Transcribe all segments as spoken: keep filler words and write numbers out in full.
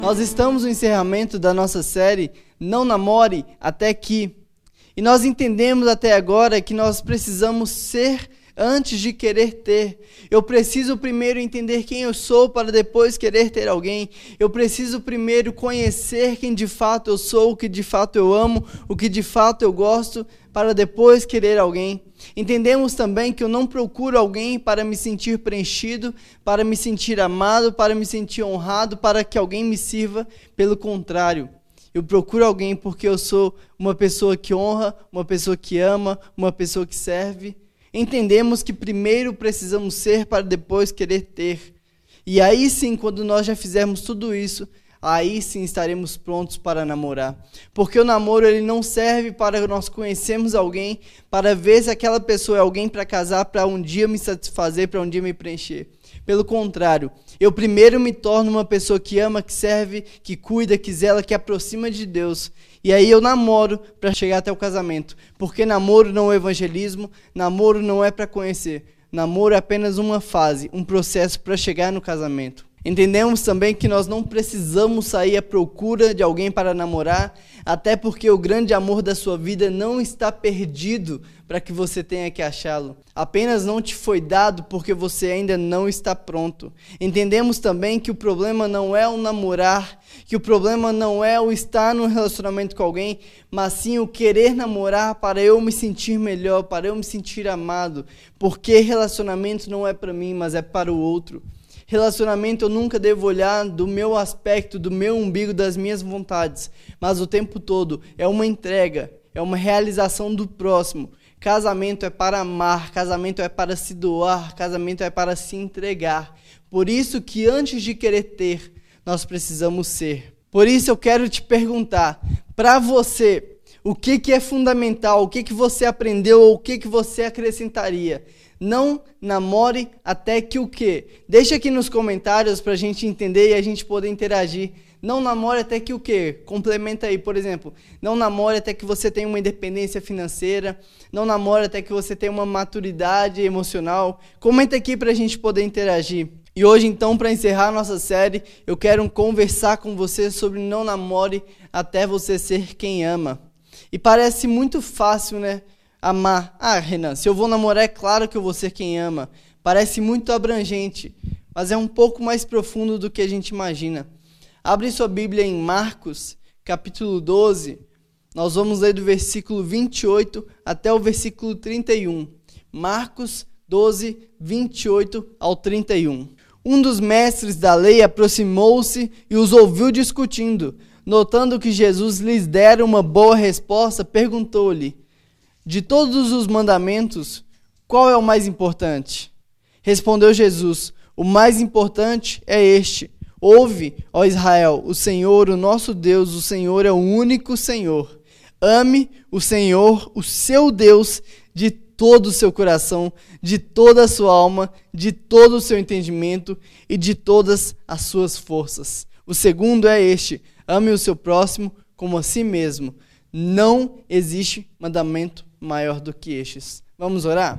Nós estamos no encerramento da nossa série Não Namore Até Que. E nós entendemos até agora que nós precisamos ser antes de querer ter. Eu preciso primeiro entender quem eu sou para depois querer ter alguém. Eu preciso primeiro conhecer quem de fato eu sou, o que de fato eu amo, o que de fato eu gosto, para depois querer alguém. Entendemos também que eu não procuro alguém para me sentir preenchido, para me sentir amado, para me sentir honrado, para que alguém me sirva. Pelo contrário, eu procuro alguém porque eu sou uma pessoa que honra, uma pessoa que ama, uma pessoa que serve. Entendemos que primeiro precisamos ser para depois querer ter. E aí sim, quando nós já fizermos tudo isso, aí sim estaremos prontos para namorar. Porque o namoro ele não serve para nós conhecermos alguém, para ver se aquela pessoa é alguém para casar, para um dia me satisfazer, para um dia me preencher. Pelo contrário, eu primeiro me torno uma pessoa que ama, que serve, que cuida, que zela, que aproxima de Deus. E aí eu namoro para chegar até o casamento. Porque namoro não é evangelismo, namoro não é para conhecer. Namoro é apenas uma fase, um processo para chegar no casamento. Entendemos também que nós não precisamos sair à procura de alguém para namorar, até porque o grande amor da sua vida não está perdido para que você tenha que achá-lo. Apenas não te foi dado porque você ainda não está pronto. Entendemos também que o problema não é o namorar, que o problema não é o estar num relacionamento com alguém, mas sim o querer namorar para eu me sentir melhor, para eu me sentir amado, porque relacionamento não é para mim, mas é para o outro. Relacionamento eu nunca devo olhar do meu aspecto, do meu umbigo, das minhas vontades, mas o tempo todo é uma entrega, é uma realização do próximo. Casamento é para amar, casamento é para se doar, casamento é para se entregar. Por isso que antes de querer ter, nós precisamos ser. Por isso eu quero te perguntar, para você, o que, que é fundamental, o que, que você aprendeu ou o que, que você acrescentaria? Não namore até que o quê? Deixa aqui nos comentários para a gente entender e a gente poder interagir. Não namore até que o quê? Complementa aí, por exemplo. Não namore até que você tenha uma independência financeira. Não namore até que você tenha uma maturidade emocional. Comenta aqui para a gente poder interagir. E hoje, então, para encerrar a nossa série, eu quero conversar com você sobre não namore até você ser quem ama. E parece muito fácil, né? Amar. Ah, Renan, se eu vou namorar, é claro que eu vou ser quem ama. Parece muito abrangente, mas é um pouco mais profundo do que a gente imagina. Abre sua Bíblia em Marcos, capítulo doze. Nós vamos ler do versículo vinte e oito até o versículo trinta e um. Marcos doze, vinte e oito ao trinta e um. Um dos mestres da lei aproximou-se e os ouviu discutindo. Notando que Jesus lhes dera uma boa resposta, perguntou-lhe: de todos os mandamentos, qual é o mais importante? Respondeu Jesus: o mais importante é este: ouve, ó Israel, o Senhor, o nosso Deus, o Senhor é o único Senhor. Ame o Senhor, o seu Deus, de todo o seu coração, de toda a sua alma, de todo o seu entendimento e de todas as suas forças. O segundo é este: ame o seu próximo como a si mesmo. Não existe mandamento maior do que estes. Vamos orar?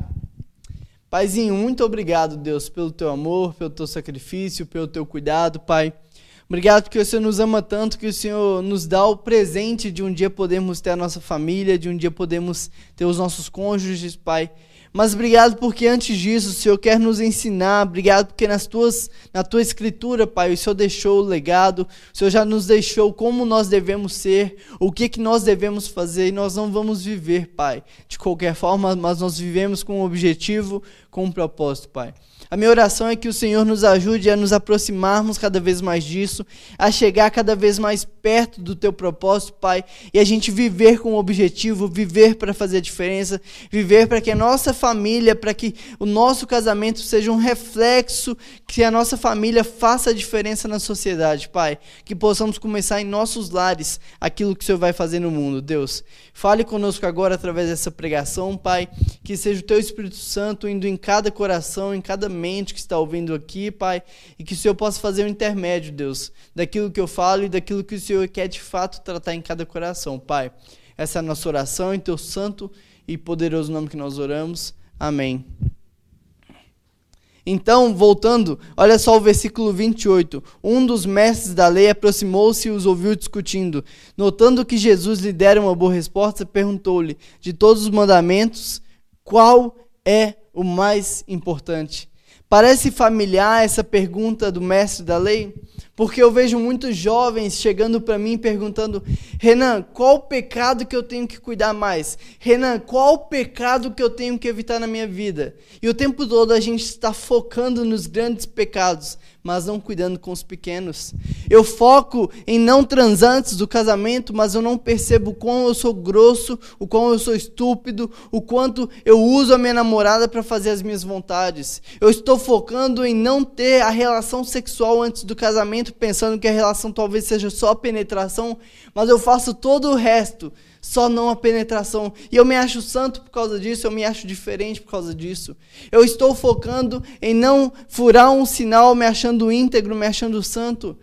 Paizinho, muito obrigado, Deus, pelo teu amor, pelo teu sacrifício, pelo teu cuidado, Pai. Obrigado porque o Senhor nos ama tanto, que o Senhor nos dá o presente de um dia podermos ter a nossa família, de um dia podermos ter os nossos cônjuges, Pai. Mas obrigado porque antes disso o Senhor quer nos ensinar. Obrigado porque nas tuas, na tua escritura, Pai, o Senhor deixou o legado. O Senhor já nos deixou como nós devemos ser, o que, que nós devemos fazer. E nós não vamos viver, Pai, de qualquer forma, mas nós vivemos com um objetivo, com um propósito, Pai. A minha oração é que o Senhor nos ajude a nos aproximarmos cada vez mais disso, a chegar cada vez mais perto do teu propósito, Pai, e a gente viver com um objetivo, viver para fazer a diferença, viver para que a nossa família, para que o nosso casamento seja um reflexo, que a nossa família faça a diferença na sociedade, Pai, que possamos começar em nossos lares aquilo que o Senhor vai fazer no mundo, Deus. Fale conosco agora através dessa pregação, Pai, que seja o teu Espírito Santo indo em cada coração, em cada mente que está ouvindo aqui, Pai, e que o Senhor possa fazer um intermédio, Deus, daquilo que eu falo e daquilo que o Senhor quer de fato tratar em cada coração, Pai. Essa é a nossa oração, em teu santo e poderoso nome que nós oramos. Amém. Então, voltando, olha só o versículo vinte e oito. Um dos mestres da lei aproximou-se e os ouviu discutindo. Notando que Jesus lhe dera uma boa resposta, perguntou-lhe, de todos os mandamentos, qual é o mais importante? Parece familiar essa pergunta do mestre da lei? Porque eu vejo muitos jovens chegando para mim perguntando: Renan, qual o pecado que eu tenho que cuidar mais? Renan, qual o pecado que eu tenho que evitar na minha vida? E o tempo todo a gente está focando nos grandes pecados, mas não cuidando com os pequenos. Eu foco em não transar antes do casamento, mas eu não percebo o quão eu sou grosso, o quão eu sou estúpido, o quanto eu uso a minha namorada para fazer as minhas vontades. Eu estou focando em não ter a relação sexual antes do casamento, pensando que a relação talvez seja só a penetração, mas eu faço todo o resto, só não a penetração. E eu me acho santo por causa disso, eu me acho diferente por causa disso. Eu estou focando em não furar um sinal, me achando íntegro, me achando santo.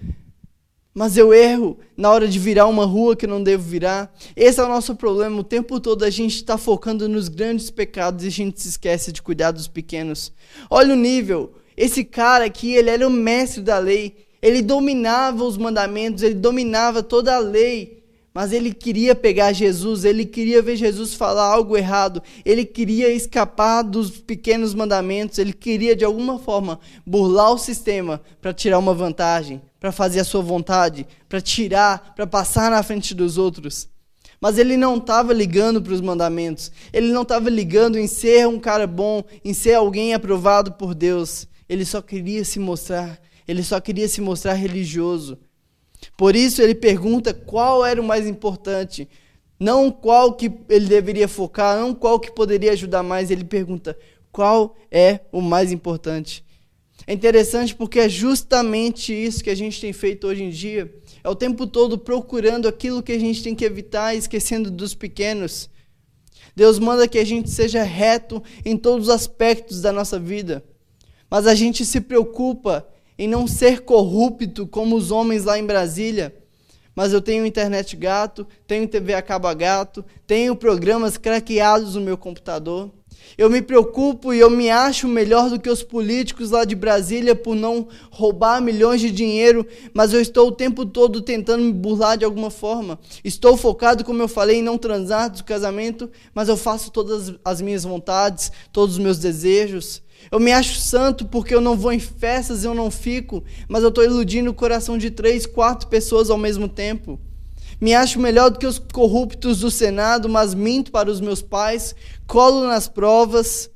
Mas eu erro na hora de virar uma rua que não devo virar. Esse é o nosso problema. O tempo todo a gente está focando nos grandes pecados e a gente se esquece de cuidar dos pequenos. Olha o nível. Esse cara aqui, ele era o mestre da lei. Ele dominava os mandamentos, ele dominava toda a lei. Mas ele queria pegar Jesus, ele queria ver Jesus falar algo errado, ele queria escapar dos pequenos mandamentos, ele queria de alguma forma burlar o sistema para tirar uma vantagem, para fazer a sua vontade, para tirar, para passar na frente dos outros. Mas ele não estava ligando para os mandamentos, ele não estava ligando em ser um cara bom, em ser alguém aprovado por Deus. Ele só queria se mostrar, ele só queria se mostrar religioso. Por isso ele pergunta qual era o mais importante, não qual que ele deveria focar, não qual que poderia ajudar mais, ele pergunta qual é o mais importante. É interessante porque é justamente isso que a gente tem feito hoje em dia, é o tempo todo procurando aquilo que a gente tem que evitar, esquecendo dos pequenos. Deus manda que a gente seja reto em todos os aspectos da nossa vida, mas a gente se preocupa em não ser corrupto como os homens lá em Brasília. Mas eu tenho internet gato, tenho T V a cabo gato, tenho programas craqueados no meu computador. Eu me preocupo e eu me acho melhor do que os políticos lá de Brasília por não roubar milhões de dinheiro, mas eu estou o tempo todo tentando me burlar de alguma forma. Estou focado, como eu falei, em não transar antes do casamento, mas eu faço todas as minhas vontades, todos os meus desejos. Eu me acho santo porque eu não vou em festas, eu não fico, mas eu estou iludindo o coração de três, quatro pessoas ao mesmo tempo. Me acho melhor do que os corruptos do Senado, mas minto para os meus pais, colo nas provas,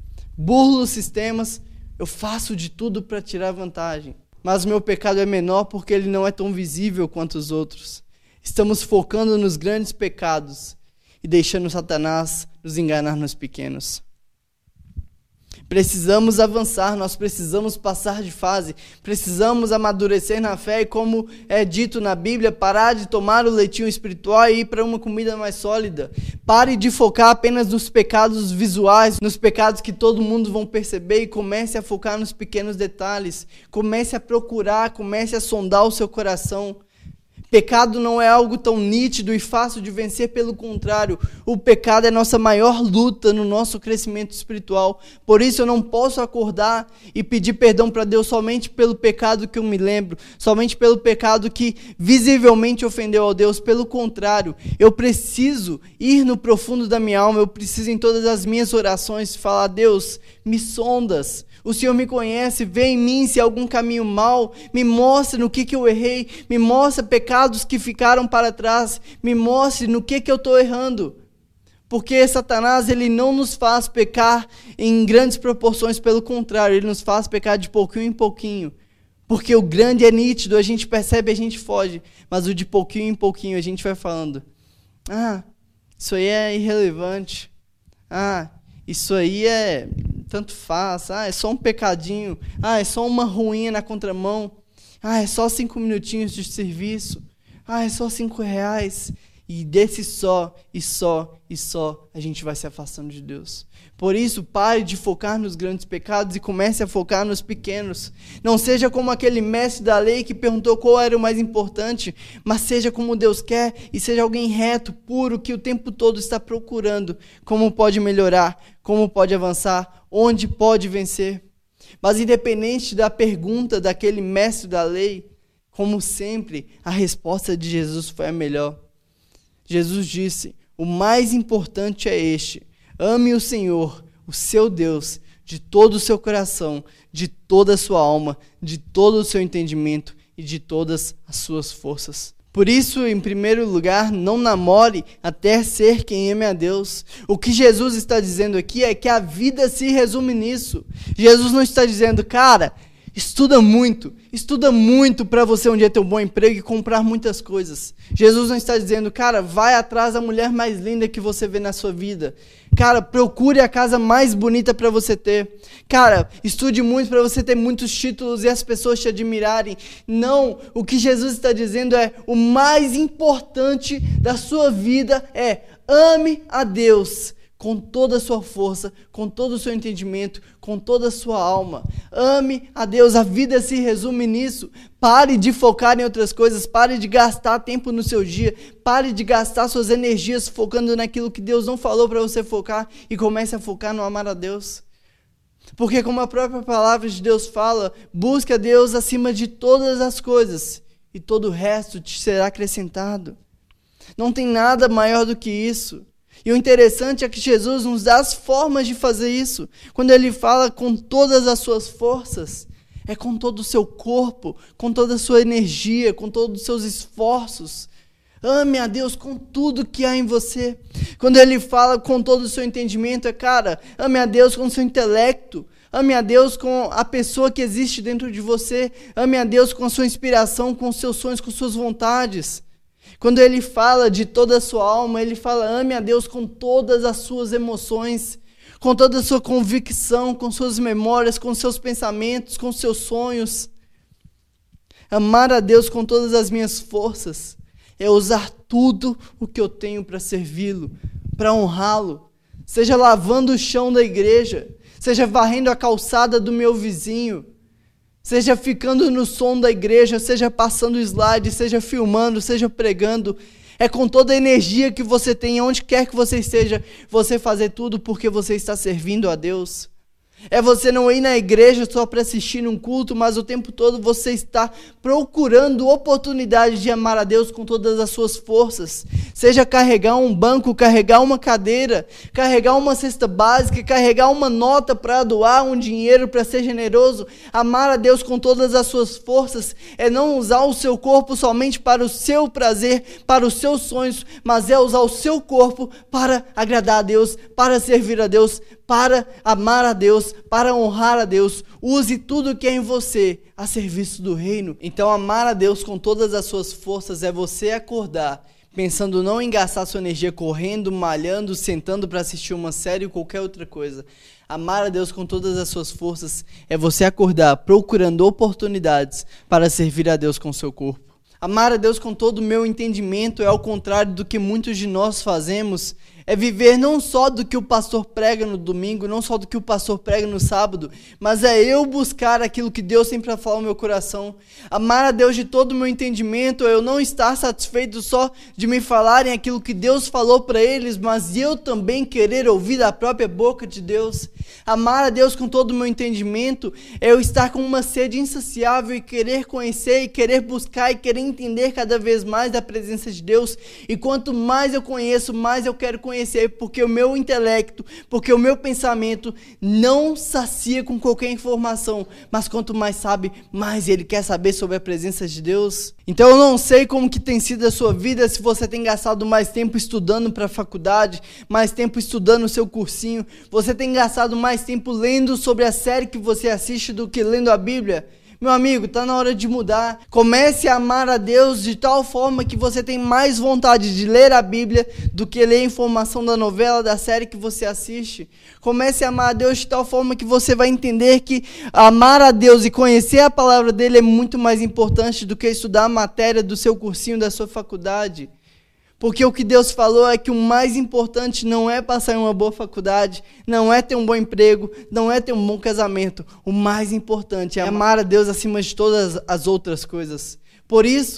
burlo os sistemas, eu faço de tudo para tirar vantagem. Mas o meu pecado é menor porque ele não é tão visível quanto os outros. Estamos focando nos grandes pecados e deixando Satanás nos enganar nos pequenos. Precisamos avançar, nós precisamos passar de fase, precisamos amadurecer na fé e, como é dito na Bíblia, parar de tomar o leitinho espiritual e ir para uma comida mais sólida. Pare de focar apenas nos pecados visuais, nos pecados que todo mundo vão perceber, e comece a focar nos pequenos detalhes. Comece a procurar, comece a sondar o seu coração. Pecado não é algo tão nítido e fácil de vencer, pelo contrário, o pecado é nossa maior luta no nosso crescimento espiritual. Por isso eu não posso acordar e pedir perdão para Deus somente pelo pecado que eu me lembro, somente pelo pecado que visivelmente ofendeu a Deus. Pelo contrário, eu preciso ir no profundo da minha alma, eu preciso em todas as minhas orações falar: Deus, me sondas. O Senhor me conhece, vê em mim se há algum caminho mau, me mostre no que, que eu errei, me mostre pecados que ficaram para trás, me mostre no que, que eu estou errando. Porque Satanás, ele não nos faz pecar em grandes proporções, pelo contrário, ele nos faz pecar de pouquinho em pouquinho. Porque o grande é nítido, a gente percebe, a gente foge, mas o de pouquinho em pouquinho a gente vai falando: ah, isso aí é irrelevante, ah, isso aí é... tanto faz, ah, é só um pecadinho, ah, é só uma ruinha na contramão, ah, é só cinco minutinhos de serviço, ah, é só cinco reais, e desse só, e só, e só, a gente vai se afastando de Deus. Por isso, pare de focar nos grandes pecados e comece a focar nos pequenos. Não seja como aquele mestre da lei que perguntou qual era o mais importante, mas seja como Deus quer e seja alguém reto, puro, que o tempo todo está procurando como pode melhorar, como pode avançar, onde pode vencer. Mas independente da pergunta daquele mestre da lei, como sempre, a resposta de Jesus foi a melhor. Jesus disse: o mais importante é este: ame o Senhor, o seu Deus, de todo o seu coração, de toda a sua alma, de todo o seu entendimento e de todas as suas forças. Por isso, em primeiro lugar, não namore até ser quem ame a Deus. O que Jesus está dizendo aqui é que a vida se resume nisso. Jesus não está dizendo: cara, estuda muito, estuda muito para você um dia ter um bom emprego e comprar muitas coisas. Jesus não está dizendo: cara, vai atrás da mulher mais linda que você vê na sua vida. Cara, procure a casa mais bonita para você ter. Cara, estude muito para você ter muitos títulos e as pessoas te admirarem. Não, o que Jesus está dizendo é: o mais importante da sua vida é ame a Deus com toda a sua força, com todo o seu entendimento, com toda a sua alma. Ame a Deus, a vida se resume nisso. Pare de focar em outras coisas, pare de gastar tempo no seu dia, pare de gastar suas energias focando naquilo que Deus não falou para você focar e comece a focar no amar a Deus. Porque como a própria palavra de Deus fala, busque a Deus acima de todas as coisas e todo o resto te será acrescentado. Não tem nada maior do que isso. E o interessante é que Jesus nos dá as formas de fazer isso. Quando ele fala com todas as suas forças, é com todo o seu corpo, com toda a sua energia, com todos os seus esforços. Ame a Deus com tudo que há em você. Quando ele fala com todo o seu entendimento, é, cara, ame a Deus com o seu intelecto. Ame a Deus com a pessoa que existe dentro de você. Ame a Deus com a sua inspiração, com os seus sonhos, com suas vontades. Quando ele fala de toda a sua alma, ele fala: ame a Deus com todas as suas emoções, com toda a sua convicção, com suas memórias, com seus pensamentos, com seus sonhos. Amar a Deus com todas as minhas forças é usar tudo o que eu tenho para servi-lo, para honrá-lo. Seja lavando o chão da igreja, seja varrendo a calçada do meu vizinho, seja ficando no som da igreja, seja passando slide, seja filmando, seja pregando. É com toda a energia que você tem, onde quer que você esteja, você fazer tudo porque você está servindo a Deus. É você não ir na igreja só para assistir um culto, mas o tempo todo você está procurando oportunidade de amar a Deus com todas as suas forças. Seja carregar um banco, carregar uma cadeira, carregar uma cesta básica, carregar uma nota para doar um dinheiro, para ser generoso. Amar a Deus com todas as suas forças é não usar o seu corpo somente para o seu prazer, para os seus sonhos, mas é usar o seu corpo para agradar a Deus, para servir a Deus, para amar a Deus, para honrar a Deus. Use tudo que é em você a serviço do reino. Então, amar a Deus com todas as suas forças é você acordar pensando não em gastar sua energia correndo, malhando, sentando para assistir uma série ou qualquer outra coisa. Amar a Deus com todas as suas forças é você acordar procurando oportunidades para servir a Deus com seu corpo. Amar a Deus com todo o meu entendimento é ao contrário do que muitos de nós fazemos. É viver não só do que o pastor prega no domingo, não só do que o pastor prega no sábado, mas é eu buscar aquilo que Deus tem para falar no meu coração. Amar a Deus de todo o meu entendimento é eu não estar satisfeito só de me falarem aquilo que Deus falou para eles, mas eu também querer ouvir da própria boca de Deus. Amar a Deus com todo o meu entendimento é eu estar com uma sede insaciável e querer conhecer e querer buscar e querer entender cada vez mais da presença de Deus. E quanto mais eu conheço, mais eu quero conhecer. Porque o meu intelecto, porque o meu pensamento não sacia com qualquer informação, mas quanto mais sabe, mais ele quer saber sobre a presença de Deus. Então eu não sei como que tem sido a sua vida, se você tem gastado mais tempo estudando para a faculdade, mais tempo estudando o seu cursinho, você tem gastado mais tempo lendo sobre a série que você assiste do que lendo a Bíblia. Meu amigo, está na hora de mudar. Comece a amar a Deus de tal forma que você tem mais vontade de ler a Bíblia do que ler a informação da novela, da série que você assiste. Comece a amar a Deus de tal forma que você vai entender que amar a Deus e conhecer a palavra dele é muito mais importante do que estudar a matéria do seu cursinho, da sua faculdade. Porque o que Deus falou é que o mais importante não é passar em uma boa faculdade, não é ter um bom emprego, não é ter um bom casamento. O mais importante é amar a Deus acima de todas as outras coisas. Por isso,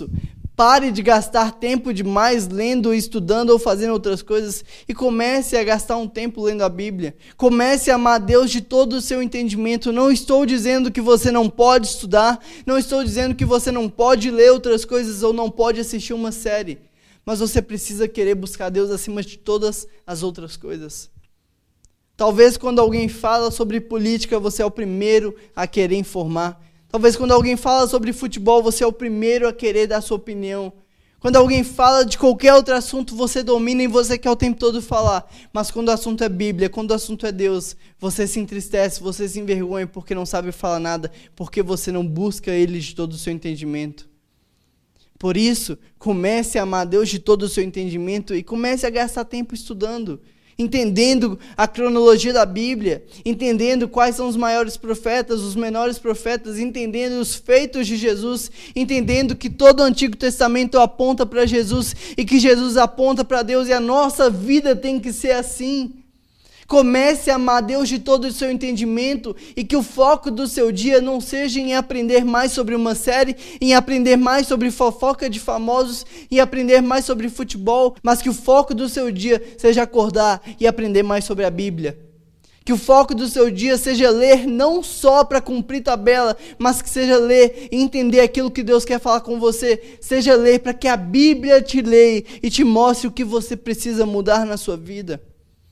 Pare de gastar tempo demais lendo, estudando ou fazendo outras coisas e comece a gastar um tempo lendo a Bíblia. Comece a amar Deus de todo o seu entendimento. Não estou dizendo que você não pode estudar, não estou dizendo que você não pode ler outras coisas ou não pode assistir uma série, mas você precisa querer buscar Deus acima de todas as outras coisas. Talvez quando alguém fala sobre política, você é o primeiro a querer informar. Talvez quando alguém fala sobre futebol, você é o primeiro a querer dar sua opinião. Quando alguém fala de qualquer outro assunto, você domina e você quer o tempo todo falar. Mas quando o assunto é Bíblia, quando o assunto é Deus, você se entristece, você se envergonha porque não sabe falar nada, porque você não busca Ele de todo o seu entendimento. Por isso, comece a amar Deus de todo o seu entendimento e comece a gastar tempo estudando, entendendo a cronologia da Bíblia, entendendo quais são os maiores profetas, os menores profetas, entendendo os feitos de Jesus, entendendo que todo o Antigo Testamento aponta para Jesus e que Jesus aponta para Deus e a nossa vida tem que ser assim. Comece a amar Deus de todo o seu entendimento e que o foco do seu dia não seja em aprender mais sobre uma série, em aprender mais sobre fofoca de famosos, em aprender mais sobre futebol, mas que o foco do seu dia seja acordar e aprender mais sobre a Bíblia. Que o foco do seu dia seja ler não só para cumprir tabela, mas que seja ler e entender aquilo que Deus quer falar com você. Seja ler para que a Bíblia te leia e te mostre o que você precisa mudar na sua vida.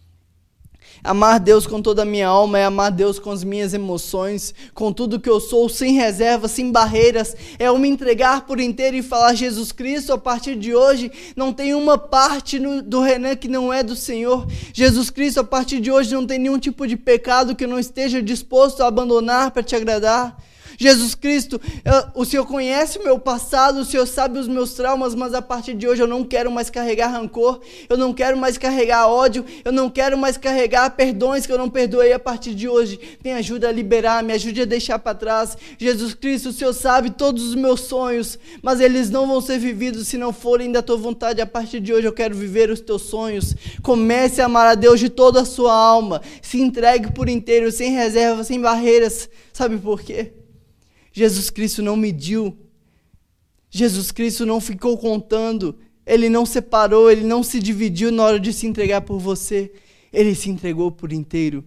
Amar Deus com toda a minha alma é amar Deus com as minhas emoções, com tudo que eu sou, sem reservas, sem barreiras. É eu me entregar por inteiro e falar: Jesus Cristo, a partir de hoje não tem uma parte no, do Renan que não é do Senhor. Jesus Cristo, a partir de hoje não tem nenhum tipo de pecado que eu não esteja disposto a abandonar para te agradar. Jesus Cristo, eu, o Senhor conhece o meu passado, o Senhor sabe os meus traumas, mas a partir de hoje eu não quero mais carregar rancor, eu não quero mais carregar ódio, eu não quero mais carregar perdões que eu não perdoei a partir de hoje. Me ajuda a liberar, me ajude a deixar para trás. Jesus Cristo, o Senhor sabe todos os meus sonhos, mas eles não vão ser vividos se não forem da tua vontade. A partir de hoje eu quero viver os teus sonhos. Comece a amar a Deus de toda a sua alma, se entregue por inteiro, sem reservas, sem barreiras. Sabe por quê? Jesus Cristo não mediu, Jesus Cristo não ficou contando, Ele não separou, Ele não se dividiu na hora de se entregar por você, Ele se entregou por inteiro.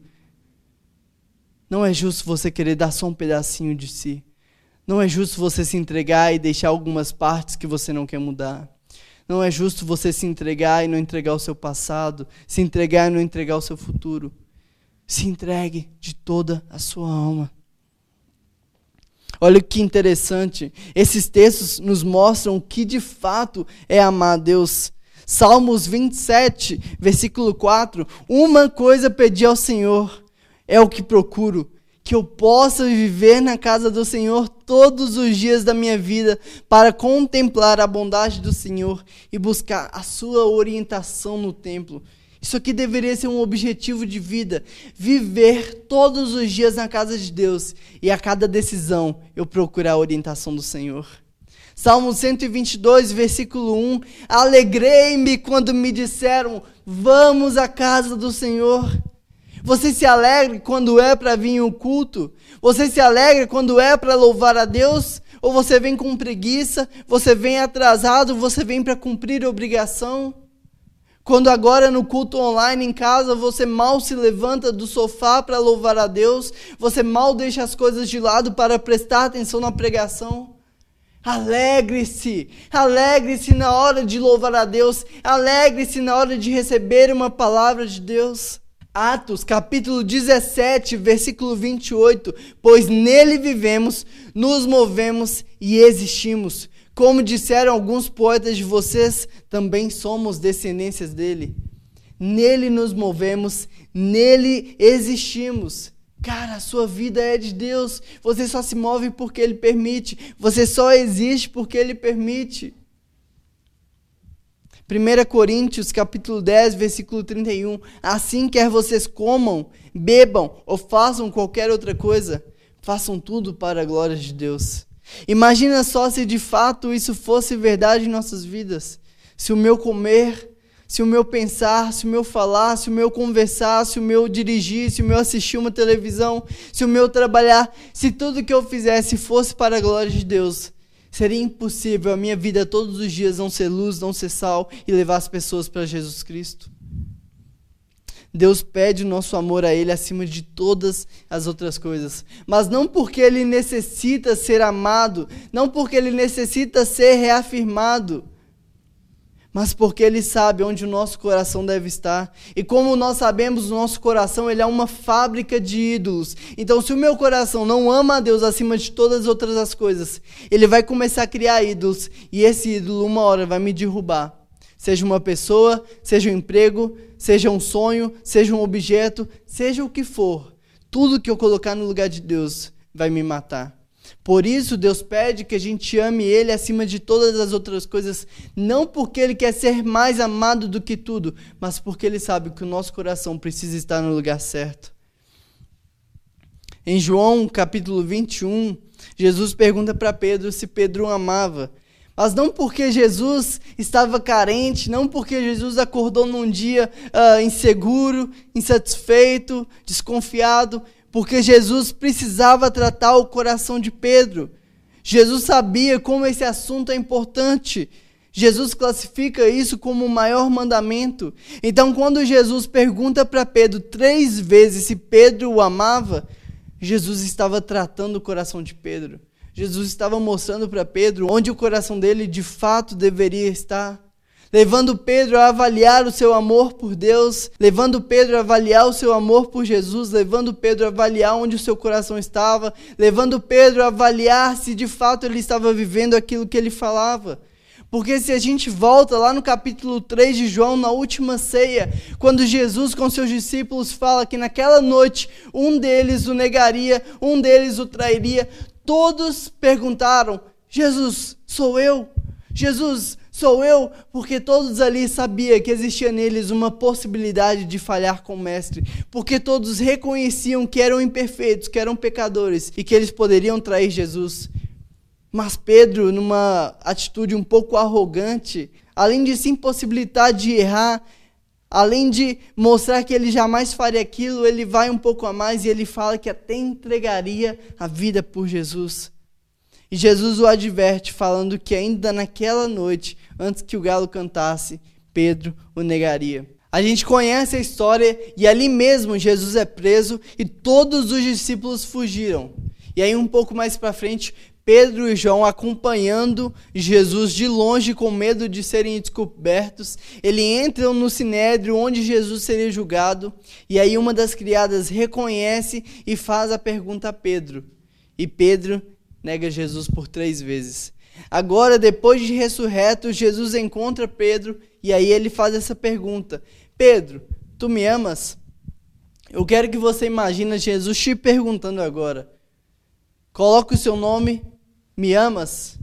Não é justo você querer dar só um pedacinho de si, não é justo você se entregar e deixar algumas partes que você não quer mudar, não é justo você se entregar e não entregar o seu passado, se entregar e não entregar o seu futuro. Se entregue de toda a sua alma. Olha que interessante, esses textos nos mostram o que de fato é amar a Deus. Salmos vinte e sete, versículo quatro, uma coisa pedi ao Senhor, é o que procuro, que eu possa viver na casa do Senhor todos os dias da minha vida, para contemplar a bondade do Senhor e buscar a sua orientação no templo. Isso aqui deveria ser um objetivo de vida, viver todos os dias na casa de Deus e a cada decisão eu procurar a orientação do Senhor. Salmo cento e vinte e dois, versículo um, alegrei-me quando me disseram, vamos à casa do Senhor. Você se alegra quando é para vir o culto? Você se alegra quando é para louvar a Deus? Ou você vem com preguiça, você vem atrasado, você vem para cumprir a obrigação? Quando agora no culto online em casa você mal se levanta do sofá para louvar a Deus, você mal deixa as coisas de lado para prestar atenção na pregação. Alegre-se, alegre-se na hora de louvar a Deus, alegre-se na hora de receber uma palavra de Deus. Atos capítulo dezessete, versículo vinte e oito, pois nele vivemos, nos movemos e existimos. Como disseram alguns poetas de vocês, também somos descendências dele. Nele nos movemos, nele existimos. Cara, a sua vida é de Deus. Você só se move porque Ele permite. Você só existe porque Ele permite. primeira Coríntios capítulo dez, versículo trinta e um. Assim quer vocês comam, bebam ou façam qualquer outra coisa, façam tudo para a glória de Deus. Imagina só se de fato isso fosse verdade em nossas vidas. Se o meu comer, se o meu pensar, se o meu falar, se o meu conversar, se o meu dirigir, se o meu assistir uma televisão, se o meu trabalhar, se tudo que eu fizesse fosse para a glória de Deus, Seria impossível a minha vida todos os dias não ser luz, não ser sal e levar as pessoas para Jesus Cristo. Deus pede o nosso amor a Ele acima de todas as outras coisas. Mas não porque Ele necessita ser amado, não porque Ele necessita ser reafirmado, mas porque Ele sabe onde o nosso coração deve estar. E como nós sabemos, o nosso coração ele é uma fábrica de ídolos. Então, se o meu coração não ama a Deus acima de todas as outras as coisas, ele vai começar a criar ídolos, e esse ídolo uma hora vai me derrubar. Seja uma pessoa, seja um emprego, seja um sonho, seja um objeto, seja o que for. Tudo que eu colocar no lugar de Deus vai me matar. Por isso, Deus pede que a gente ame Ele acima de todas as outras coisas, não porque Ele quer ser mais amado do que tudo, mas porque Ele sabe que o nosso coração precisa estar no lugar certo. Em João capítulo vinte e um, Jesus pergunta para Pedro se Pedro o amava. Mas não porque Jesus estava carente, não porque Jesus acordou num dia uh, inseguro, insatisfeito, desconfiado, porque Jesus precisava tratar o coração de Pedro. Jesus sabia como esse assunto é importante. Jesus classifica isso como o maior mandamento. Então, quando Jesus pergunta para Pedro três vezes se Pedro o amava, Jesus estava tratando o coração de Pedro. Jesus estava mostrando para Pedro onde o coração dele de fato deveria estar, levando Pedro a avaliar o seu amor por Deus, levando Pedro a avaliar o seu amor por Jesus, levando Pedro a avaliar onde o seu coração estava, levando Pedro a avaliar se de fato ele estava vivendo aquilo que ele falava. Porque se a gente volta lá no capítulo três de João, na última ceia, quando Jesus com seus discípulos fala que naquela noite um deles o negaria, um deles o trairia, todos perguntaram: Jesus, sou eu? Jesus, sou eu? Porque todos ali sabiam que existia neles uma possibilidade de falhar com o Mestre. Porque todos reconheciam que eram imperfeitos, que eram pecadores e que eles poderiam trair Jesus. Mas Pedro, numa atitude um pouco arrogante, além de se impossibilitar de errar, além de mostrar que ele jamais faria aquilo, ele vai um pouco a mais e ele fala que até entregaria a vida por Jesus. E Jesus o adverte, falando que ainda naquela noite, antes que o galo cantasse, Pedro o negaria. A gente conhece a história e ali mesmo Jesus é preso e todos os discípulos fugiram. E aí um pouco mais para frente, Pedro e João acompanhando Jesus de longe com medo de serem descobertos, eles entram no sinédrio onde Jesus seria julgado, e aí uma das criadas reconhece e faz a pergunta a Pedro, e Pedro nega Jesus por três vezes. Agora, depois de ressurreto, Jesus encontra Pedro, e aí ele faz essa pergunta: Pedro, tu me amas? Eu quero que você imagine Jesus te perguntando agora. Coloque o seu nome. Me amas?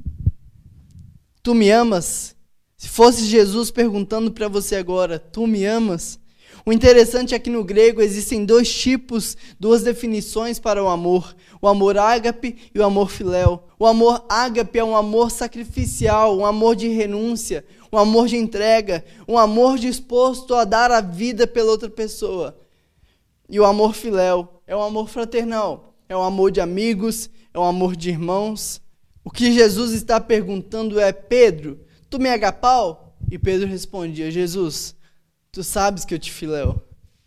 Tu me amas? Se fosse Jesus perguntando para você agora, tu me amas? O interessante é que no grego existem dois tipos, duas definições para o amor. O amor ágape e o amor filéu. O amor ágape é um amor sacrificial, um amor de renúncia, um amor de entrega, um amor disposto a dar a vida pela outra pessoa. E o amor filéu é um amor fraternal, é um amor de amigos, é um amor de irmãos. O que Jesus está perguntando é: Pedro, tu me agapau? E Pedro respondia: Jesus, tu sabes que eu te filéu.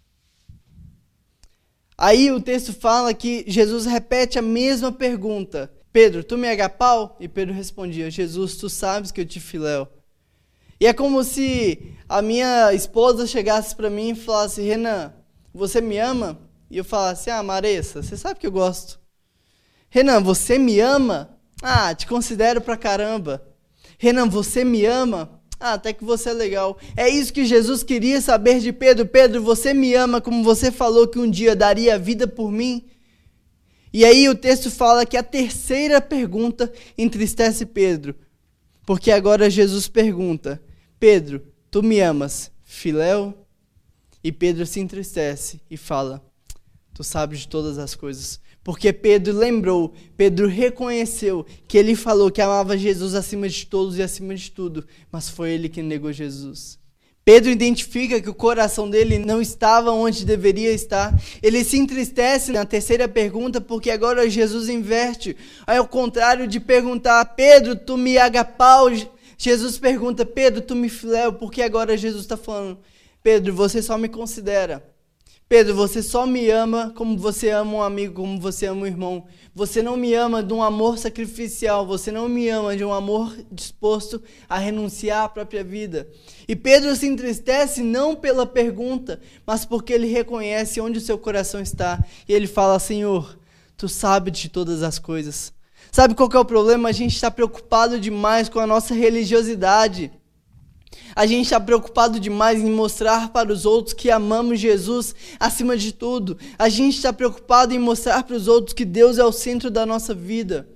Aí o texto fala que Jesus repete a mesma pergunta: Pedro, tu me agapau? E Pedro respondia: Jesus, tu sabes que eu te filéu. E é como se a minha esposa chegasse para mim e falasse: Renan, você me ama? E eu falasse: ah, Maressa, você sabe que eu gosto. Renan, você me ama? Ah, te considero pra caramba. Renan, você me ama? Ah, até que você é legal. É isso que Jesus queria saber de Pedro. Pedro, você me ama como você falou que um dia daria a vida por mim? E aí o texto fala que a terceira pergunta entristece Pedro. Porque agora Jesus pergunta: Pedro, tu me amas? Filéu? E Pedro se entristece e fala: tu sabes de todas as coisas. Porque Pedro lembrou, Pedro reconheceu que ele falou que amava Jesus acima de todos e acima de tudo, mas foi ele que negou Jesus. Pedro identifica que o coração dele não estava onde deveria estar. Ele se entristece na terceira pergunta, porque agora Jesus inverte. Ao contrário de perguntar, Pedro, tu me agapau, Jesus pergunta, Pedro, tu me filéu, porque agora Jesus está falando, Pedro, você só me considera. Pedro, você só me ama como você ama um amigo, como você ama um irmão. Você não me ama de um amor sacrificial, você não me ama de um amor disposto a renunciar à própria vida. E Pedro se entristece não pela pergunta, mas porque ele reconhece onde o seu coração está. E ele fala, Senhor, tu sabes de todas as coisas. Sabe qual que é o problema? A gente está preocupado demais com a nossa religiosidade. A gente está preocupado demais em mostrar para os outros que amamos Jesus acima de tudo. A gente está preocupado em mostrar para os outros que Deus é o centro da nossa vida.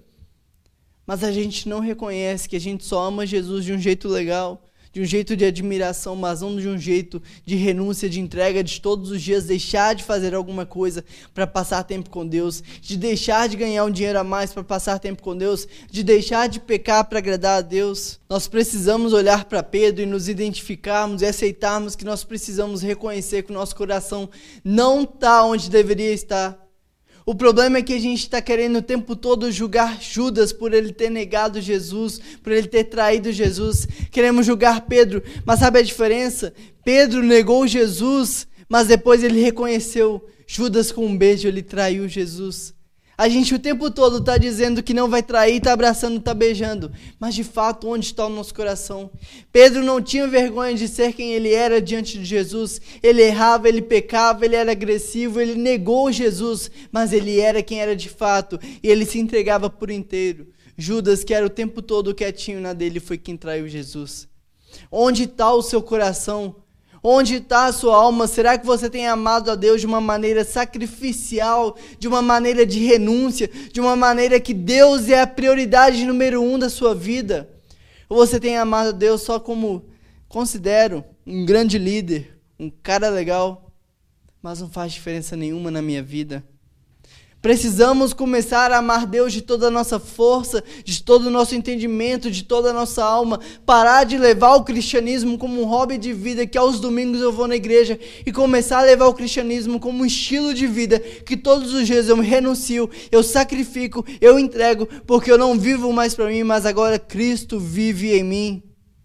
Mas a gente não reconhece que a gente só ama Jesus de um jeito legal, de um jeito de admiração, mas não de um jeito de renúncia, de entrega, de todos os dias deixar de fazer alguma coisa para passar tempo com Deus, de deixar de ganhar um dinheiro a mais para passar tempo com Deus, de deixar de pecar para agradar a Deus. Nós precisamos olhar para Pedro e nos identificarmos e aceitarmos que nós precisamos reconhecer que o nosso coração não está onde deveria estar. O problema é que a gente está querendo o tempo todo julgar Judas por ele ter negado Jesus, por ele ter traído Jesus. Queremos julgar Pedro, mas sabe a diferença? Pedro negou Jesus, mas depois ele reconheceu. Judas com um beijo, ele traiu Jesus. A gente o tempo todo está dizendo que não vai trair, está abraçando, está beijando. Mas de fato, onde está o nosso coração? Pedro não tinha vergonha de ser quem ele era diante de Jesus. Ele errava, ele pecava, ele era agressivo, ele negou Jesus. Mas ele era quem era de fato e ele se entregava por inteiro. Judas, que era o tempo todo quietinho na dele, foi quem traiu Jesus. Onde está o seu coração? Onde está a sua alma? Será que você tem amado a Deus de uma maneira sacrificial, de uma maneira de renúncia, de uma maneira que Deus é a prioridade número um da sua vida? Ou você tem amado a Deus só como, considero, um grande líder, um cara legal, mas não faz diferença nenhuma na minha vida? Precisamos começar a amar Deus de toda a nossa força, de todo o nosso entendimento, de toda a nossa alma. Parar de levar o cristianismo como um hobby de vida, que aos domingos eu vou na igreja, e começar a levar o cristianismo como um estilo de vida, que todos os dias eu me renuncio, eu sacrifico, eu entrego, porque eu não vivo mais para mim, mas agora Cristo vive em mim.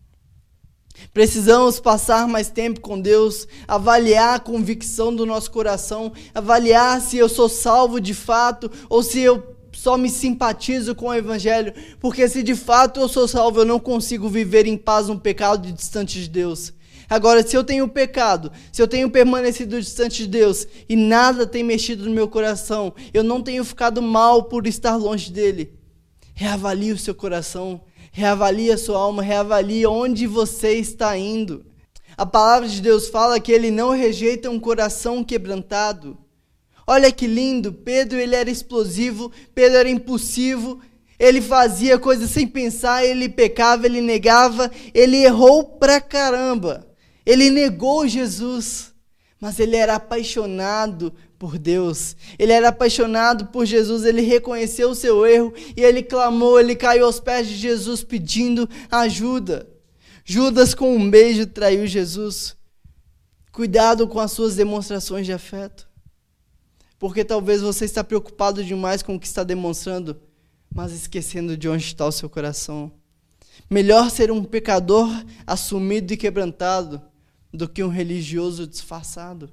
Precisamos passar mais tempo com Deus, avaliar a convicção do nosso coração, avaliar se eu sou salvo de fato ou se eu só me simpatizo com o Evangelho, porque se de fato eu sou salvo, eu não consigo viver em paz no pecado distante de Deus. Agora, se eu tenho pecado, se eu tenho permanecido distante de Deus e nada tem mexido no meu coração, eu não tenho ficado mal por estar longe dele, reavalie o seu coração. Reavalie a sua alma, reavalie onde você está indo. A palavra de Deus fala que ele não rejeita um coração quebrantado. Olha que lindo, Pedro ele era explosivo, Pedro era impulsivo, ele fazia coisas sem pensar, ele pecava, ele negava, ele errou pra caramba. Ele negou Jesus, mas ele era apaixonado por Deus, ele era apaixonado por Jesus, ele reconheceu o seu erro e ele clamou, ele caiu aos pés de Jesus pedindo ajuda. Judas com um beijo traiu Jesus. Cuidado com as suas demonstrações de afeto, porque talvez você está preocupado demais com o que está demonstrando, mas esquecendo de onde está o seu coração. Melhor ser um pecador assumido e quebrantado do que um religioso disfarçado.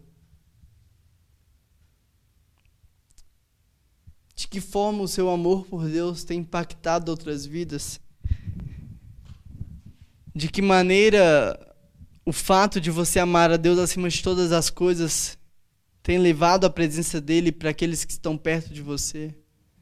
De que forma o seu amor por Deus tem impactado outras vidas? De que maneira o fato de você amar a Deus acima de todas as coisas tem levado a presença dele para aqueles que estão perto de você?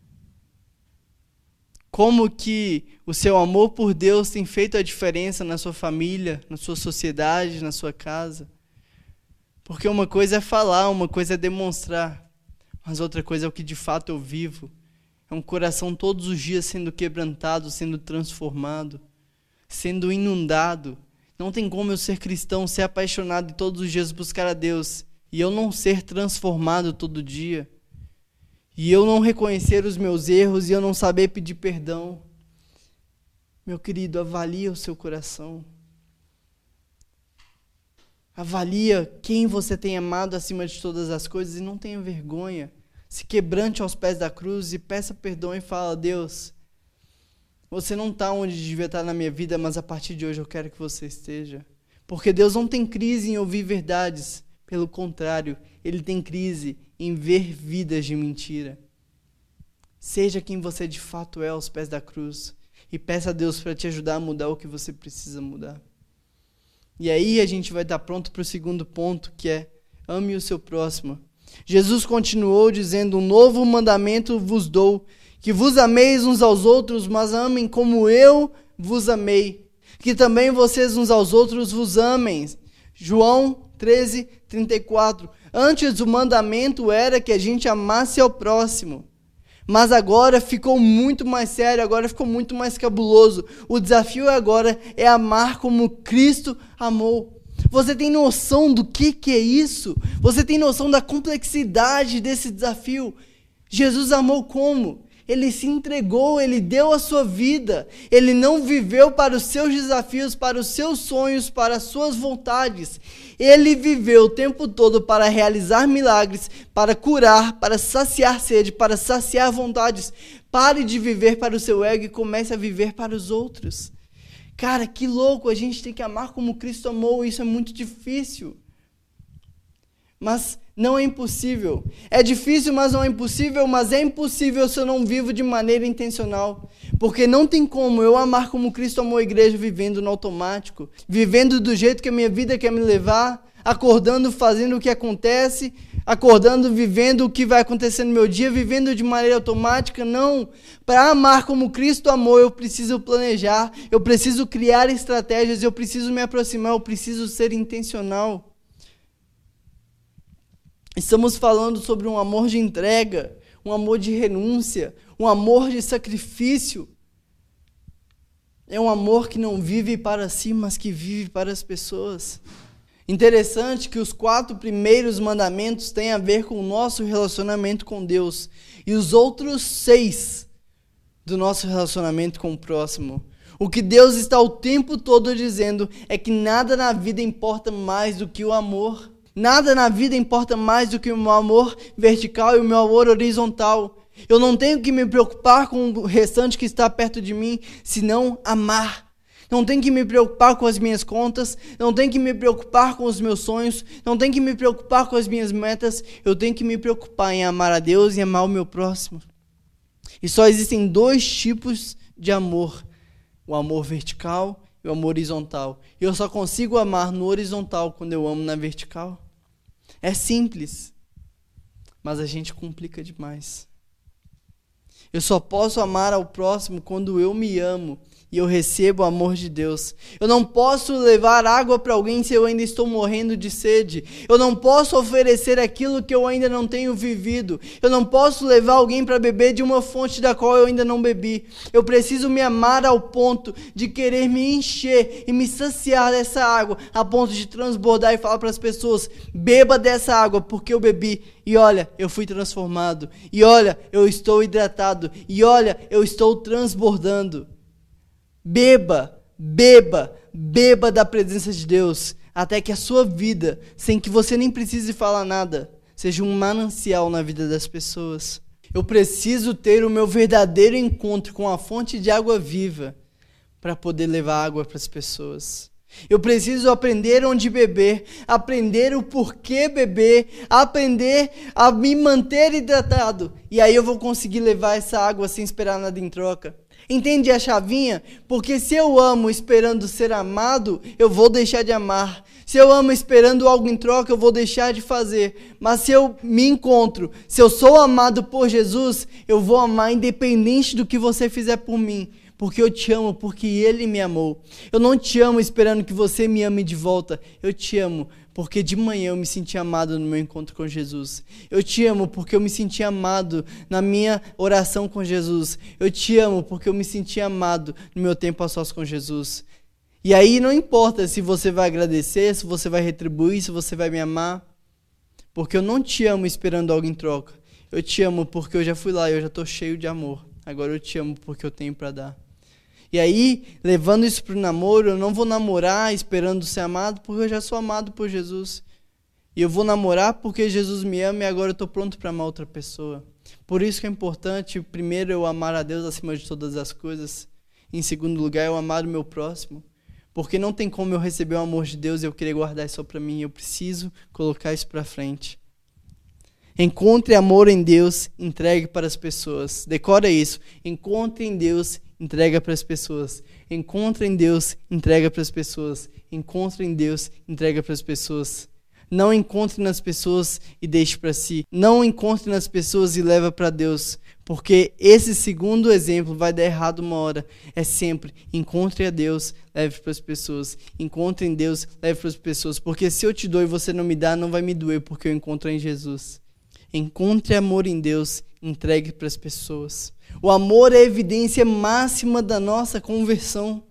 Como que o seu amor por Deus tem feito a diferença na sua família, na sua sociedade, na sua casa? Porque uma coisa é falar, uma coisa é demonstrar. Mas outra coisa é o que de fato eu vivo. É um coração todos os dias sendo quebrantado, sendo transformado, sendo inundado. Não tem como eu ser cristão, ser apaixonado e todos os dias buscar a Deus e eu não ser transformado todo dia. E eu não reconhecer os meus erros e eu não saber pedir perdão. Meu querido, avalie o seu coração. Avalia quem você tem amado acima de todas as coisas e não tenha vergonha. Se quebrante aos pés da cruz e peça perdão e fala: Deus, você não está onde devia estar na minha vida, mas a partir de hoje eu quero que você esteja. Porque Deus não tem crise em ouvir verdades. Pelo contrário, Ele tem crise em ver vidas de mentira. Seja quem você de fato é aos pés da cruz. E peça a Deus para te ajudar a mudar o que você precisa mudar. E aí a gente vai estar pronto para o segundo ponto, que é: ame o seu próximo. Jesus continuou dizendo: um novo mandamento vos dou, que vos ameis uns aos outros, mas amem como eu vos amei. Que também vocês uns aos outros vos amem. João treze, trinta e quatro. Antes o mandamento era que a gente amasse ao próximo. Mas agora ficou muito mais sério, agora ficou muito mais cabuloso. O desafio agora é amar como Cristo amou. Você tem noção do que, que é isso? Você tem noção da complexidade desse desafio? Jesus amou como? Ele se entregou, Ele deu a sua vida. Ele não viveu para os seus desafios, para os seus sonhos, para as suas vontades. Ele viveu o tempo todo para realizar milagres, para curar, para saciar sede, para saciar vontades. Pare de viver para o seu ego e comece a viver para os outros. Cara, que louco, a gente tem que amar como Cristo amou, isso é muito difícil. Mas não é impossível. É difícil, mas não é impossível, mas é impossível se eu não vivo de maneira intencional. Porque não tem como eu amar como Cristo amou a igreja vivendo no automático, vivendo do jeito que a minha vida quer me levar, acordando, fazendo o que acontece, acordando, vivendo o que vai acontecer no meu dia, vivendo de maneira automática. Não. Para amar como Cristo amou, eu preciso planejar, eu preciso criar estratégias, eu preciso me aproximar, eu preciso ser intencional. Estamos falando sobre um amor de entrega, um amor de renúncia, um amor de sacrifício. É um amor que não vive para si, mas que vive para as pessoas. Interessante que os quatro primeiros mandamentos têm a ver com o nosso relacionamento com Deus. E os outros seis do nosso relacionamento com o próximo. O que Deus está o tempo todo dizendo é que nada na vida importa mais do que o amor. Nada na vida importa mais do que o meu amor vertical e o meu amor horizontal. Eu não tenho que me preocupar com o restante que está perto de mim, senão amar. Não tenho que me preocupar com as minhas contas, não tenho que me preocupar com os meus sonhos, não tenho que me preocupar com as minhas metas. Eu tenho que me preocupar em amar a Deus e amar o meu próximo. E só existem dois tipos de amor: o amor vertical e o amor horizontal. E eu só consigo amar no horizontal quando eu amo na vertical. É simples, mas a gente complica demais. Eu só posso amar ao próximo quando eu me amo e eu recebo o amor de Deus. Eu não posso levar água para alguém se eu ainda estou morrendo de sede. Eu não posso oferecer aquilo que eu ainda não tenho vivido. Eu não posso levar alguém para beber de uma fonte da qual eu ainda não bebi. Eu preciso me amar ao ponto de querer me encher e me saciar dessa água, a ponto de transbordar e falar para as pessoas: beba dessa água porque eu bebi. E olha, eu fui transformado. E olha, eu estou hidratado. E olha, eu estou transbordando. Beba, beba, beba da presença de Deus, até que a sua vida, sem que você nem precise falar nada, seja um manancial na vida das pessoas. Eu preciso ter o meu verdadeiro encontro com a fonte de água viva para poder levar água para as pessoas. Eu preciso aprender onde beber, aprender o porquê beber, aprender a me manter hidratado. E aí eu vou conseguir levar essa água sem esperar nada em troca. Entende a chavinha? Porque se eu amo esperando ser amado, eu vou deixar de amar. Se eu amo esperando algo em troca, eu vou deixar de fazer. Mas se eu me encontro, se eu sou amado por Jesus, eu vou amar independente do que você fizer por mim. Porque eu te amo, porque Ele me amou. Eu não te amo esperando que você me ame de volta. Eu te amo porque de manhã eu me senti amado no meu encontro com Jesus. Eu te amo porque eu me senti amado na minha oração com Jesus. Eu te amo porque eu me senti amado no meu tempo a sós com Jesus. E aí não importa se você vai agradecer, se você vai retribuir, se você vai me amar. Porque eu não te amo esperando algo em troca. Eu te amo porque eu já fui lá e eu já estou cheio de amor. Agora eu te amo porque eu tenho para dar. E aí, levando isso para o namoro, eu não vou namorar esperando ser amado, porque eu já sou amado por Jesus. E eu vou namorar porque Jesus me ama e agora eu estou pronto para amar outra pessoa. Por isso que é importante, primeiro, eu amar a Deus acima de todas as coisas. Em segundo lugar, eu amar o meu próximo. Porque não tem como eu receber o amor de Deus e eu querer guardar isso só para mim. Eu preciso colocar isso para frente. Encontre amor em Deus, entregue para as pessoas. Decora isso. Encontre em Deus, entrega para as pessoas. Encontre em Deus, entrega para as pessoas. Encontre em Deus, entrega para as pessoas. Não encontre nas pessoas e deixe para si. Não encontre nas pessoas e leva para Deus. Porque esse segundo exemplo vai dar errado uma hora. É sempre, encontre a Deus, leve para as pessoas. Encontre em Deus, leve para as pessoas. Porque se eu te dou e você não me dá, não vai me doer, porque eu encontro em Jesus. Encontre amor em Deus, entregue para as pessoas. O amor é a evidência máxima da nossa conversão.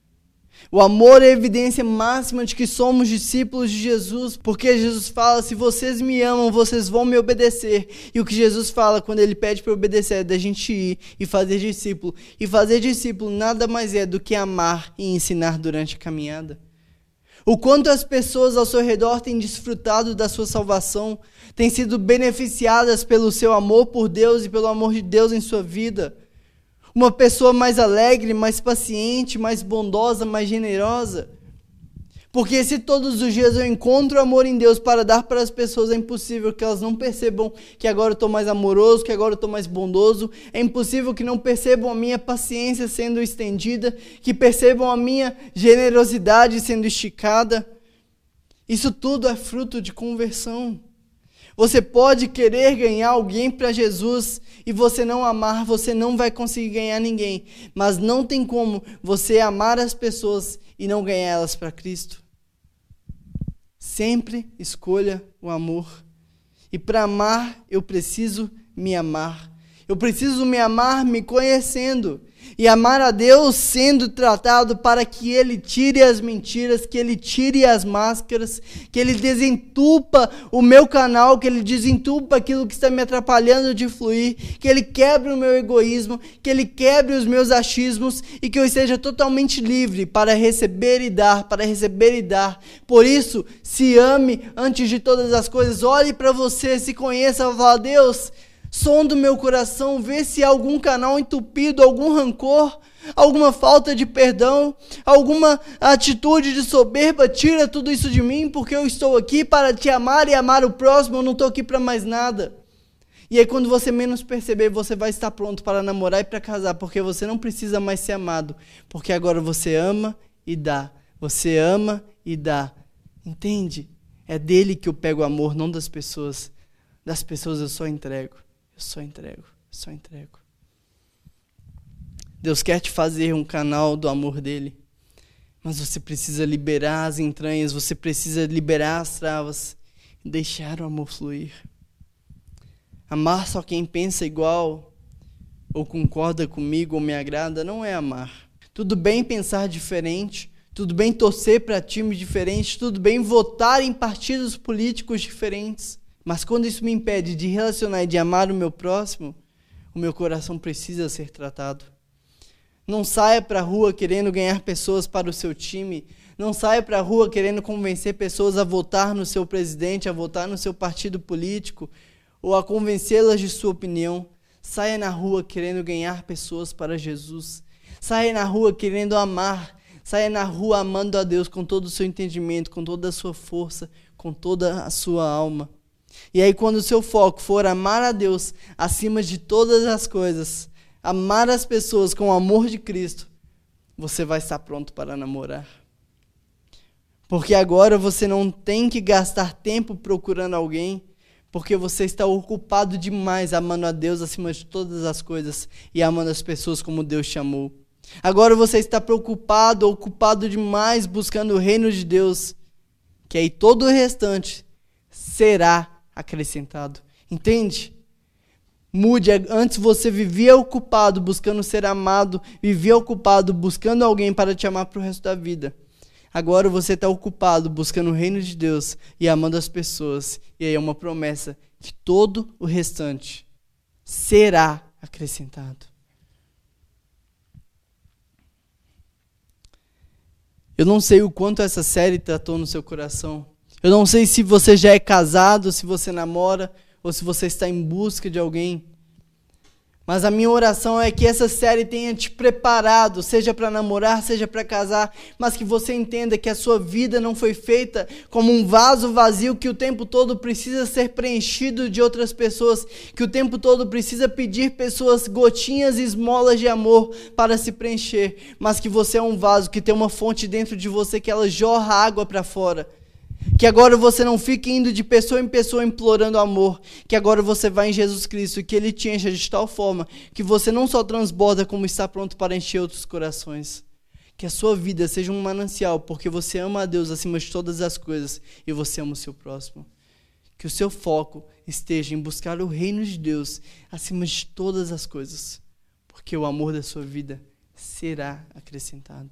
O amor é a evidência máxima de que somos discípulos de Jesus, porque Jesus fala, se vocês me amam, vocês vão me obedecer. E o que Jesus fala quando ele pede para obedecer é da gente ir e fazer discípulo. E fazer discípulo nada mais é do que amar e ensinar durante a caminhada. O quanto as pessoas ao seu redor têm desfrutado da sua salvação, têm sido beneficiadas pelo seu amor por Deus e pelo amor de Deus em sua vida. Uma pessoa mais alegre, mais paciente, mais bondosa, mais generosa. Porque se todos os dias eu encontro amor em Deus para dar para as pessoas, é impossível que elas não percebam que agora eu estou mais amoroso, que agora eu estou mais bondoso. É impossível que não percebam a minha paciência sendo estendida, que percebam a minha generosidade sendo esticada. Isso tudo é fruto de conversão. Você pode querer ganhar alguém para Jesus e você não amar, você não vai conseguir ganhar ninguém. Mas não tem como você amar as pessoas e não ganhar elas para Cristo. Sempre escolha o amor. E para amar, eu preciso me amar. Eu preciso me amar me conhecendo. E amar a Deus sendo tratado para que Ele tire as mentiras, que Ele tire as máscaras, que Ele desentupa o meu canal, que Ele desentupa aquilo que está me atrapalhando de fluir, que Ele quebre o meu egoísmo, que Ele quebre os meus achismos e que eu esteja totalmente livre para receber e dar, para receber e dar. Por isso, se ame antes de todas as coisas, olhe para você, se conheça, fala, Deus, sonda o meu coração, vê se há algum canal entupido, algum rancor, alguma falta de perdão, alguma atitude de soberba, tira tudo isso de mim, porque eu estou aqui para te amar e amar o próximo, eu não estou aqui para mais nada. E aí quando você menos perceber, você vai estar pronto para namorar e para casar, porque você não precisa mais ser amado, porque agora você ama e dá, você ama e dá, entende? É dele que eu pego o amor, não das pessoas, das pessoas eu só entrego. Eu só entrego, eu só entrego. Deus quer te fazer um canal do amor dele, mas você precisa liberar as entranhas, você precisa liberar as travas e deixar o amor fluir. Amar só quem pensa igual, ou concorda comigo, ou me agrada, não é amar. Tudo bem pensar diferente, tudo bem torcer para times diferentes, tudo bem votar em partidos políticos diferentes. Mas quando isso me impede de relacionar e de amar o meu próximo, o meu coração precisa ser tratado. Não saia para a rua querendo ganhar pessoas para o seu time. Não saia para a rua querendo convencer pessoas a votar no seu presidente, a votar no seu partido político, ou a convencê-las de sua opinião. Saia na rua querendo ganhar pessoas para Jesus. Saia na rua querendo amar. Saia na rua amando a Deus com todo o seu entendimento, com toda a sua força, com toda a sua alma. E aí quando o seu foco for amar a Deus acima de todas as coisas, amar as pessoas com o amor de Cristo, você vai estar pronto para namorar. Porque agora você não tem que gastar tempo procurando alguém, porque você está ocupado demais amando a Deus acima de todas as coisas e amando as pessoas como Deus te amou. Agora você está preocupado, ocupado demais buscando o reino de Deus, que aí todo o restante será acrescentado. Entende? Mude. Antes você vivia ocupado buscando ser amado, vivia ocupado buscando alguém para te amar para o resto da vida. Agora você está ocupado buscando o reino de Deus e amando as pessoas. E aí é uma promessa que todo o restante será acrescentado. Eu não sei o quanto essa série tratou no seu coração. Eu não sei se você já é casado, se você namora, ou se você está em busca de alguém. Mas a minha oração é que essa série tenha te preparado, seja para namorar, seja para casar, mas que você entenda que a sua vida não foi feita como um vaso vazio que o tempo todo precisa ser preenchido de outras pessoas, que o tempo todo precisa pedir pessoas gotinhas e esmolas de amor para se preencher, mas que você é um vaso que tem uma fonte dentro de você que ela jorra água para fora. Que agora você não fique indo de pessoa em pessoa implorando amor. Que agora você vai em Jesus Cristo e que Ele te encha de tal forma que você não só transborda como está pronto para encher outros corações. Que a sua vida seja um manancial porque você ama a Deus acima de todas as coisas e você ama o seu próximo. Que o seu foco esteja em buscar o reino de Deus acima de todas as coisas. Porque o amor da sua vida será acrescentado.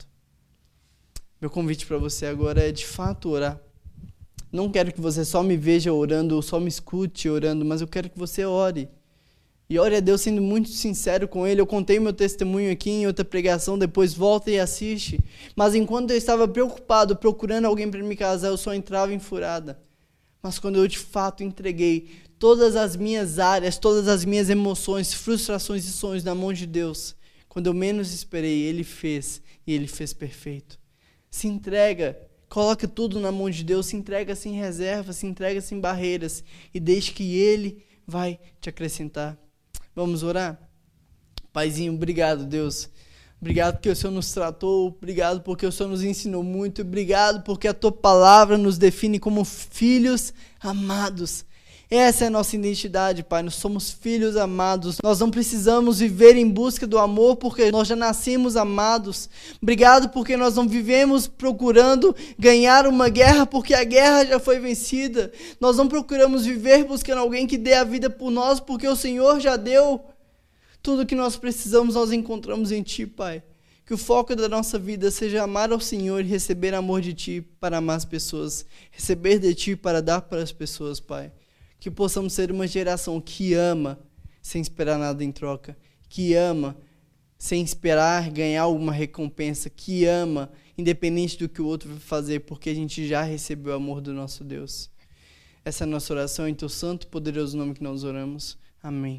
Meu convite para você agora é de fato orar. Não quero que você só me veja orando ou só me escute orando, mas eu quero que você ore. E ore a Deus sendo muito sincero com Ele. Eu contei meu testemunho aqui em outra pregação, depois volta e assiste. Mas enquanto eu estava preocupado, procurando alguém para me casar, eu só entrava em furada. Mas quando eu de fato entreguei todas as minhas áreas, todas as minhas emoções, frustrações e sonhos na mão de Deus, quando eu menos esperei, Ele fez e Ele fez perfeito. Se entrega. Coloca tudo na mão de Deus, se entrega sem reserva, se entrega sem barreiras e deixe que Ele vai te acrescentar. Vamos orar? Paizinho, obrigado, Deus. Obrigado porque o Senhor nos tratou, obrigado porque o Senhor nos ensinou muito, obrigado porque a Tua palavra nos define como filhos amados. Essa é a nossa identidade, Pai, nós somos filhos amados, nós não precisamos viver em busca do amor porque nós já nascemos amados. Obrigado porque nós não vivemos procurando ganhar uma guerra porque a guerra já foi vencida. Nós não procuramos viver buscando alguém que dê a vida por nós porque o Senhor já deu. Tudo que nós precisamos nós encontramos em Ti, Pai. Que o foco da nossa vida seja amar ao Senhor e receber amor de Ti para amar as pessoas, receber de Ti para dar para as pessoas, Pai. Que possamos ser uma geração que ama sem esperar nada em troca, que ama sem esperar ganhar alguma recompensa, que ama independente do que o outro vai fazer, porque a gente já recebeu o amor do nosso Deus. Essa é a nossa oração, em Teu santo e poderoso nome que nós oramos. Amém.